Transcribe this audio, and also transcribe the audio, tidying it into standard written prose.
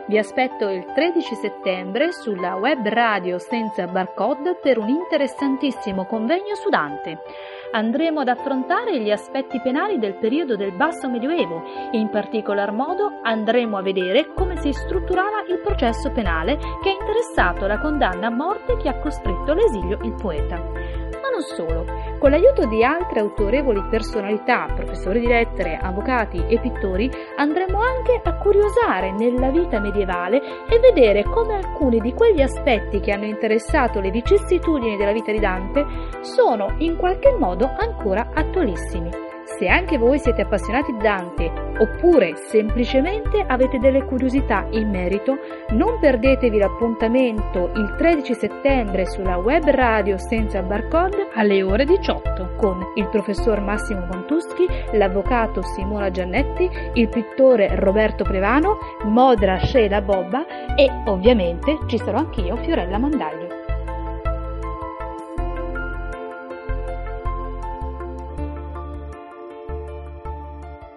Vi aspetto il 13 settembre sulla web radio senza barcode per un interessantissimo convegno su Dante. Andremo ad affrontare gli aspetti penali del periodo del Basso Medioevo e in particolar modo andremo a vedere come si strutturava il processo penale che ha interessato la condanna a morte che ha costretto all'esilio il poeta. Ma non solo, con l'aiuto di altre autorevoli personalità, professori di lettere, avvocati e pittori, andremo anche a curiosare nella vita medievale e vedere come alcuni di quegli aspetti che hanno interessato le vicissitudini della vita di Dante sono in qualche modo ancora attualissimi. Se anche voi siete appassionati di Dante oppure semplicemente avete delle curiosità in merito, non perdetevi l'appuntamento il 13 settembre sulla web radio senza barcode alle ore 18 con il professor Massimo Montuschi, l'avvocato Simona Giannetti, il pittore Roberto Prevano, Modra Sheila Bobba e ovviamente ci sarò anch'io, Fiorella Mandaglia.